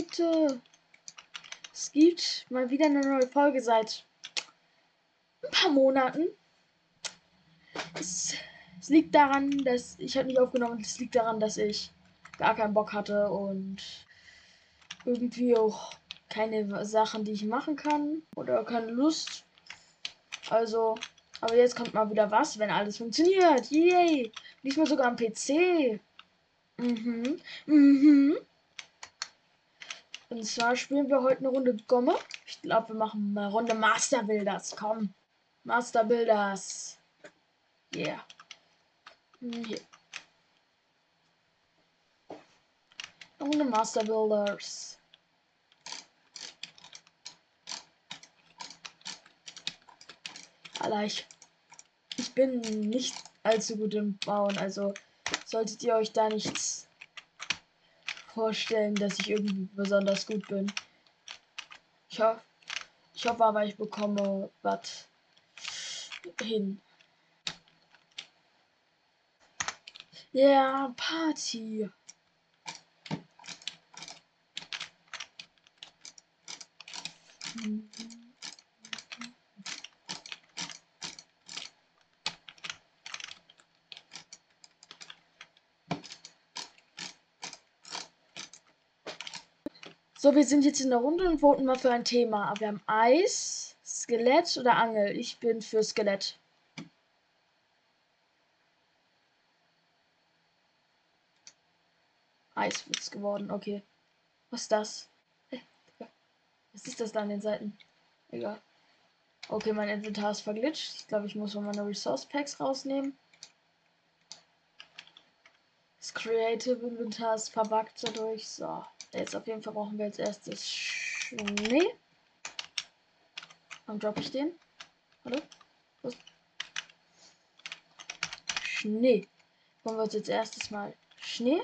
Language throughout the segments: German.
Leute, es gibt mal wieder eine neue Folge seit ein paar Monaten. Es liegt daran, dass ich halt nicht aufgenommen. Es liegt daran, dass ich gar keinen Bock hatte und irgendwie auch keine Sachen, die ich machen kann oder keine Lust. Also, aber jetzt kommt mal wieder was, wenn alles funktioniert. Yay! Diesmal sogar am PC. Mhm. Mhm. Und zwar spielen wir heute eine Runde Gomme. Ich glaube, wir machen eine Runde Master Builders. Komm. Master Builders. Yeah. Hier. Eine Runde Master Builders. Alter, ich bin nicht allzu gut im Bauen. Also solltet ihr euch da nichts vorstellen, dass ich irgendwie besonders gut bin. Ich hoffe aber, ich bekomme was hin. Ja, yeah, Party. So, wir sind jetzt in der Runde und voten mal für ein Thema. Aber wir haben Eis, Skelett oder Angel. Ich bin für Skelett. Eis wird's geworden, okay. Was ist das? Was ist das da an den Seiten? Egal. Okay, mein Inventar ist verglitscht. Ich glaube, ich muss mal meine Resource Packs rausnehmen. Das Creative Inventar ist verbuggt dadurch. So. Jetzt auf jeden Fall brauchen wir als erstes Schnee. Wann droppe ich den? Hallo? Was? Schnee. Wollen wir uns jetzt erstes mal Schnee.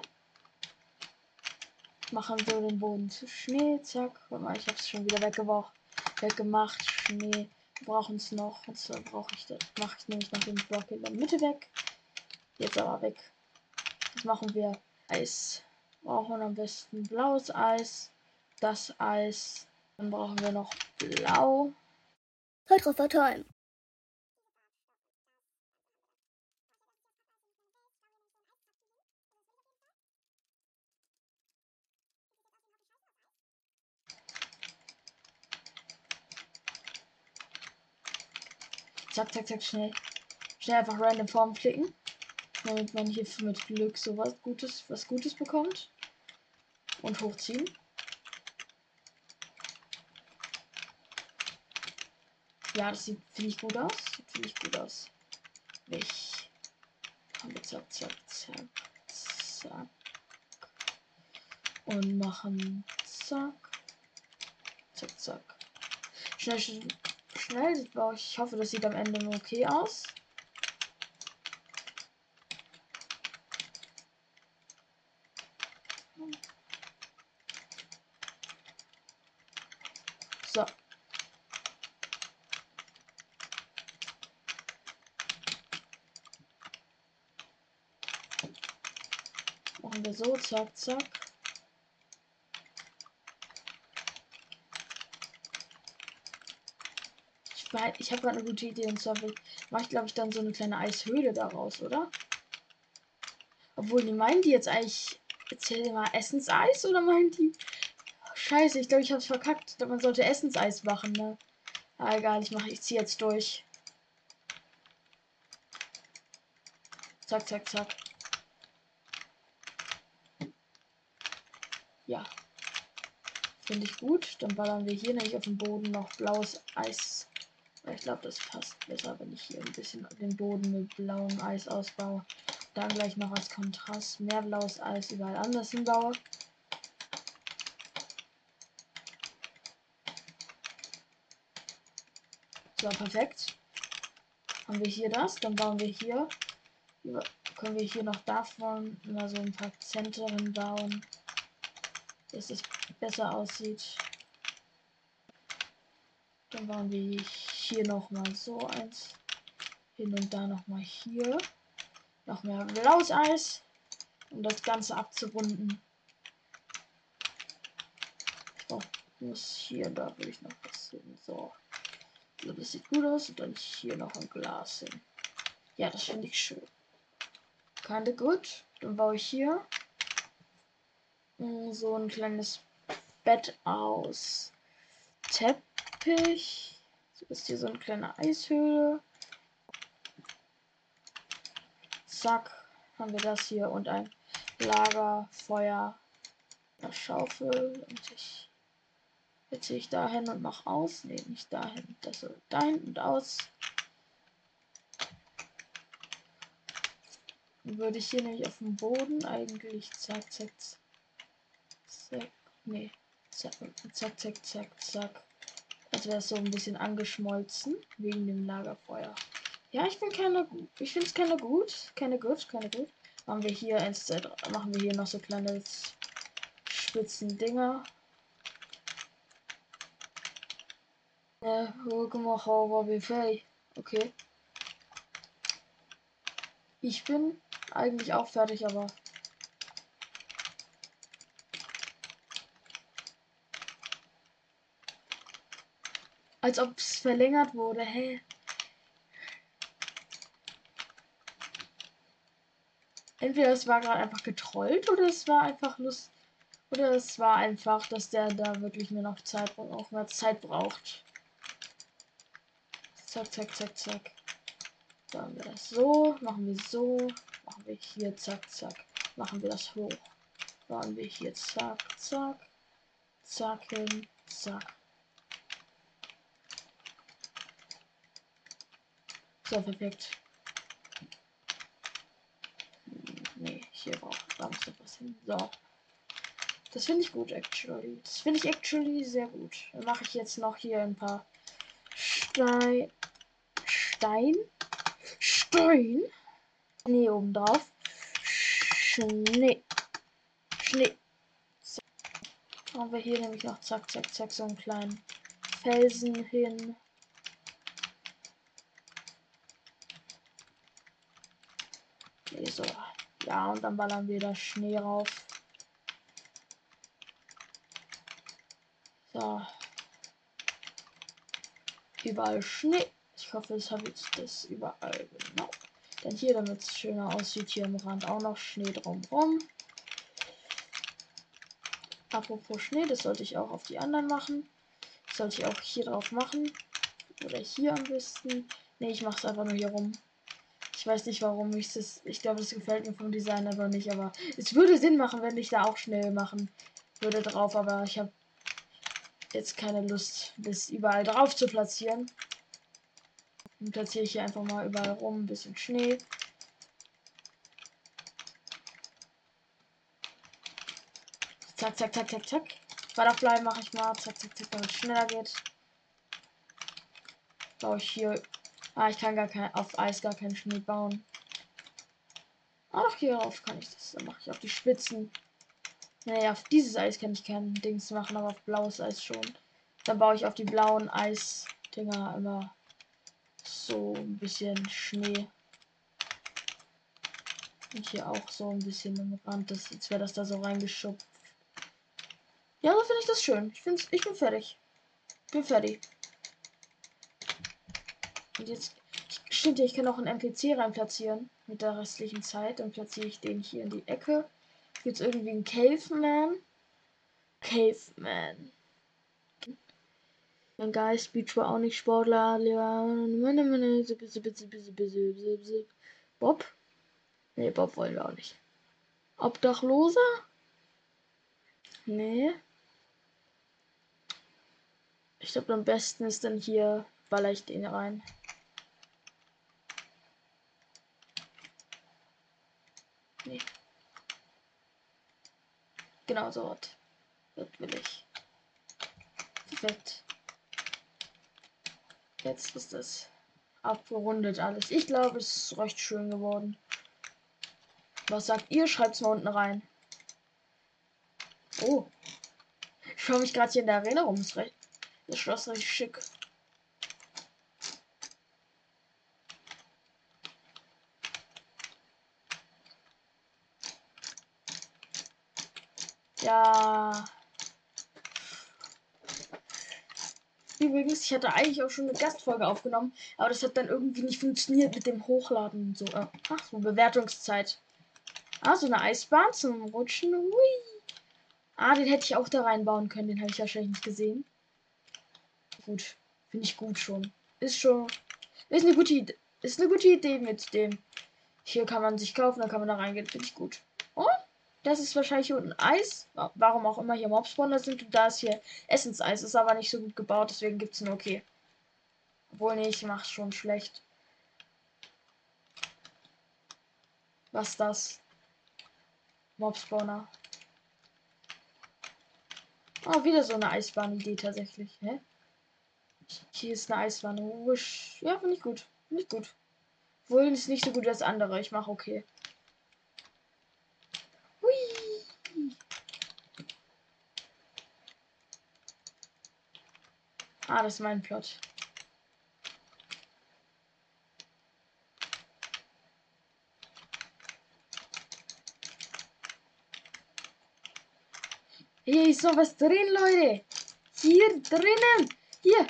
Machen wir den Boden zu Schnee. Zack. Warte mal, ich habe es schon wieder weggemacht. Schnee. Wir brauchen es noch. Und zwar brauche ich das. Mache ich nämlich noch den Block in der Mitte weg. Jetzt aber weg. Das machen wir. Eis. Brauchen am besten blaues Eis. Das Eis. Dann brauchen wir noch blau. Halt drauf verteilen. Zack, zack, zack, schnell. Schnell einfach random Form klicken. Damit man hier mit Glück was Gutes bekommt. Und hochziehen. Ja, das sieht, finde ich, gut aus. Finde ich gut aus. Ich. Haben wir zack, zack, zack, zack. Und machen zack. Zack, zack. Schnell, schnell. Ich hoffe, das sieht am Ende okay aus. So. Machen wir so, zack, zack. Ich habe gerade eine gute Idee, und zwar mache ich, glaube ich, dann so eine kleine Eishöhle daraus, oder? Obwohl, die meinen die jetzt eigentlich, erzähl dir mal, Essenseis, oder meinen die? Scheiße, ich glaube, ich habe es verkackt. Ich glaube, man sollte Essenseis machen, ne? Ah, egal, ich ziehe jetzt durch. Zack, zack, zack. Ja. Finde ich gut. Dann ballern wir hier nämlich auf dem Boden noch blaues Eis. Ich glaube, das passt besser, wenn ich hier ein bisschen den Boden mit blauem Eis ausbaue. Dann gleich noch als Kontrast mehr blaues Eis überall anders hinbaue. So, perfekt. Haben wir hier das. Dann bauen wir hier. Können wir hier noch davon mal so ein paar Zentren bauen, dass es besser aussieht. Dann bauen wir hier noch mal so eins hin und da noch mal hier noch mehr blaues Eis, um das Ganze abzurunden. Muss hier, da würde ich noch was hin. So. So, das sieht gut aus. Und dann hier noch ein Glas hin. Ja, das finde ich schön. Kinda gut. Dann baue ich hier so ein kleines Bett aus Teppich. So ist hier so eine kleine Eishöhle. Zack, haben wir das hier und ein Lagerfeuer. Eine Schaufel und jetzt ziehe ich dahin und mach aus. Ne, nicht dahin. Das soll dahin und aus. Dann würde ich hier nämlich auf dem Boden eigentlich zack, zack, zack. Ne, zack, zack, zack, zack, zack. Als wäre es so ein bisschen angeschmolzen wegen dem Lagerfeuer. Ja, ich finde es keine gut. Keine gut. Machen wir hier machen wir hier noch so kleine spitzen Dinger. Okay. Ich bin eigentlich auch fertig, aber als ob es verlängert wurde. Hä? Entweder es war gerade einfach getrollt oder es war einfach Lust. Oder es war einfach, dass der da wirklich nur noch auch mehr Zeit braucht. Zack, zack, zack, zack. Dann machen wir das so, machen wir so, machen wir hier, zack, zack. Machen wir das hoch. Machen wir hier, zack, zack, zack hin, zack. So, perfekt. Nee, hier braucht da muss noch was hin. So. Das finde ich gut, actually. Das finde ich actually sehr gut. Dann mache ich jetzt noch hier ein paar Stein. Schnee oben drauf. Schnee. So. Machen wir hier nämlich noch zack, zack, zack, so einen kleinen Felsen hin. Okay, so. Ja, und dann ballern wir da Schnee rauf. So. Überall Schnee. Ich hoffe, ich habe jetzt das überall genau. Dann hier, damit es schöner aussieht, hier am Rand auch noch Schnee drumherum. Apropos Schnee, das sollte ich auch auf die anderen machen. Das sollte ich auch hier drauf machen. Oder hier am besten. Ne, ich mache es einfach nur hier rum. Ich weiß nicht, warum ich das. Ich glaube, das gefällt mir vom Design aber nicht. Aber es würde Sinn machen, wenn ich da auch schnell machen würde drauf. Aber ich habe jetzt keine Lust, das überall drauf zu platzieren. Dann platziere ich hier einfach mal überall rum ein bisschen Schnee. Zack, zack, zack, zack, zack. Butterfly mache ich mal. Zack, zack, zack, damit es schneller geht. Baue ich hier. Ah, ich kann auf Eis gar keinen Schnee bauen. Ah, doch, hier drauf kann ich das. Dann mache ich auf die Spitzen. Naja, auf dieses Eis kann ich kein Dings machen, aber auf blaues Eis schon. Dann baue ich auf die blauen Eisdinger immer so ein bisschen Schnee. Und hier auch so ein bisschen im Rand. Jetzt wäre das da so reingeschubst. Ja, so finde ich das schön. Ich bin fertig. Bin fertig. Und jetzt stimmt ja, ich kann auch einen NPC rein platzieren mit der restlichen Zeit. Dann platziere ich den hier in die Ecke. Jetzt irgendwie ein Caveman. Caveman. Mein Geist, Beach war auch nicht Sportler. Bob? Nee, Bob wollen wir auch nicht. Obdachloser? Nee. Ich glaube, am besten ist dann hier, baller ich den rein. Nee. Genau so was. Das will ich. Perfekt. Jetzt ist es abgerundet alles. Ich glaube, es ist recht schön geworden. Was sagt ihr? Schreibt's mal unten rein. Oh. Ich schaue mich gerade hier in der Arena rum. Das Schloss ist richtig schick. Ja. Übrigens, ich hatte eigentlich auch schon eine Gastfolge aufgenommen, aber das hat dann irgendwie nicht funktioniert mit dem Hochladen und so. Ach so, Bewertungszeit. Ah, so eine Eisbahn zum Rutschen. Hui. Ah, den hätte ich auch da reinbauen können. Den habe ich wahrscheinlich nicht gesehen. Gut. Finde ich gut schon. Ist eine gute Idee. Ist eine gute Idee mit dem. Hier kann man sich kaufen, dann kann man da reingehen. Finde ich gut. Und das ist wahrscheinlich hier unten Eis. Warum auch immer hier Mobspawner sind. Und da ist hier Essenseis. Ist aber nicht so gut gebaut, deswegen gibt es ein Okay. Obwohl, nee, ich mach's schon schlecht. Was ist das? Mobspawner. Oh, wieder so eine Eisbahn-Idee tatsächlich. Hä? Hier ist eine Eisbahn. Wusch. Ja, finde ich gut. Finde ich gut. Wohl ist nicht so gut als andere. Ich mache okay. Hui. Ah, das ist mein Plot. Hier ist noch was drin, Leute. Hier drinnen. Hier.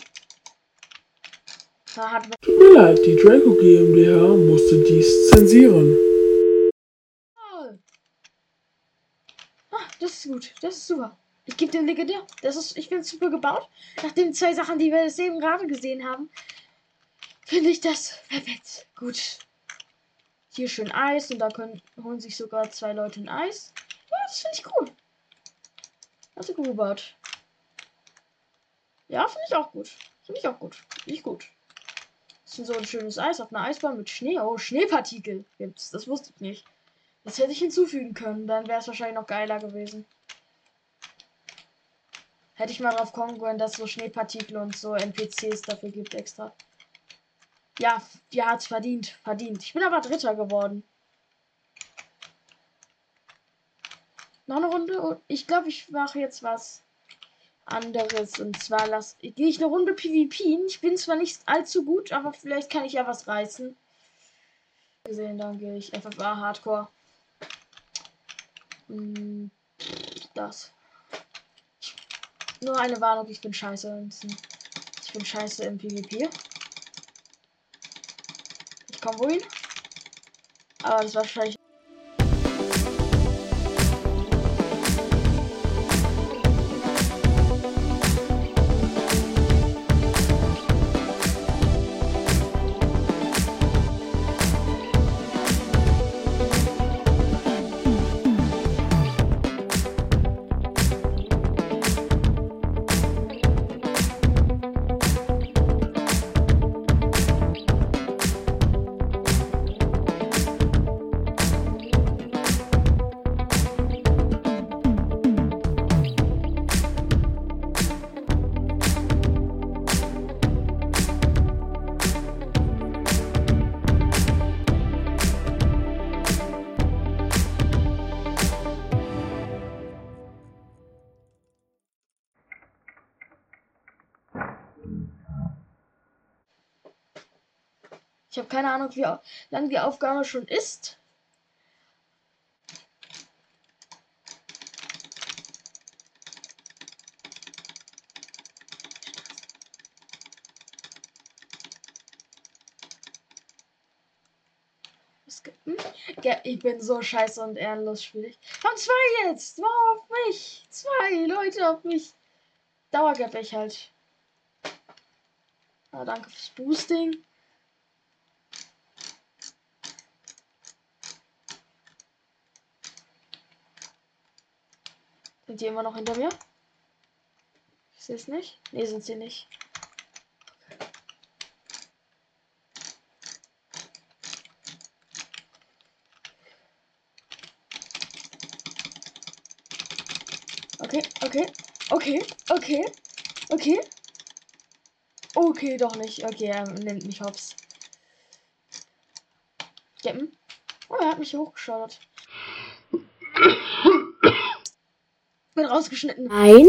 Da hat man. Tut mir leid, die Draco GmbH musste dies zensieren. Ah, das ist gut. Das ist super. Ich gebe den legendär. Ich finde es super gebaut. Nach den 2 Sachen, die wir eben gerade gesehen haben, finde ich das perfekt. Gut. Hier schön Eis und da holen sich sogar 2 Leute ein Eis. Ja, das finde ich cool. Das ist gut gebaut. Ja, finde ich auch gut. Finde ich auch gut. Finde ich gut. Das ist so ein schönes Eis auf einer Eisbahn mit Schnee. Oh, Schneepartikel gibt's. Das wusste ich nicht. Das hätte ich hinzufügen können. Dann wäre es wahrscheinlich noch geiler gewesen. Hätte ich mal drauf kommen können, dass so Schneepartikel und so NPCs dafür gibt extra. Ja, hat's verdient. Verdient. Ich bin aber Dritter geworden. Noch eine Runde und ich glaube, ich mache jetzt was anderes. Und zwar gehe ich eine Runde PvP. Ich bin zwar nicht allzu gut, aber vielleicht kann ich ja was reißen. Gesehen, dann gehe ich FFA Hardcore. Das. Nur eine Warnung, ich bin scheiße. Ich bin scheiße im PvP. Ich komme wohin. Aber das war wahrscheinlich. Ich habe keine Ahnung, wie lang die Aufgabe schon ist. Ich bin so scheiße und ehrenlos schwierig. Haben 2 jetzt! Wow, auf mich! 2 Leute auf mich! Dauergap ich halt. Ah, danke fürs Boosting. Sind die immer noch hinter mir? Ich sehe es nicht. Ne, sind sie nicht. Okay. Okay, doch nicht. Okay, er nimmt mich hops. Jeppen. Oh, er hat mich hochgeschaut. Bin rausgeschnitten. Nein.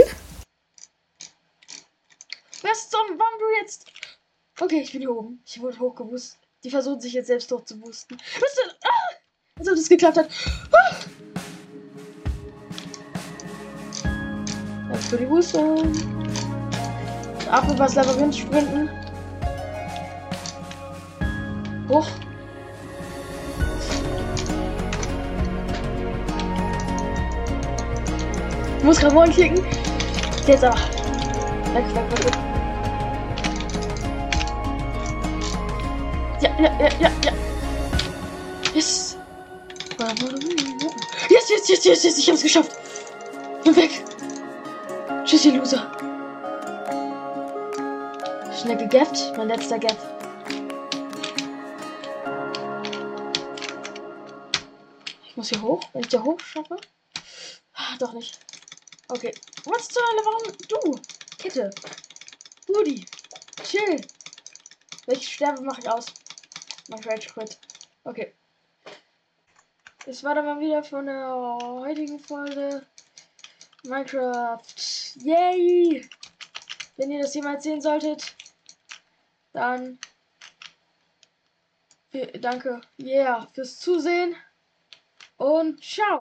Was zum? Warum du jetzt? Okay, ich bin hier oben. Ich wurde hochgeboost. Die versuchen sich jetzt selbst hochzuboosten. Was denn? Ah! Als ob das geklappt hat. Ah! Danke für die Boostung. Ab über das Labyrinth sprinten. Hoch. Ich muss gerade morgen klicken. Jetzt aber. Weg, weg, weg, weg. Ja. Yes. Yes. Ich hab's geschafft. Bin weg. Tschüss, ihr Loser. Schnell gegappt. Mein letzter Gap. Ich muss hier hoch. Wenn ich da hoch schaffe. Doch nicht. Okay. Was zur Hölle? Warum du? Kette. Woody. Chill. Wenn ich sterbe, mache ich aus. Mach ich Rage Quit. Okay. Das war dann mal wieder von der heutigen Folge Minecraft. Yay! Wenn ihr das jemals sehen solltet, dann danke fürs Zusehen und ciao!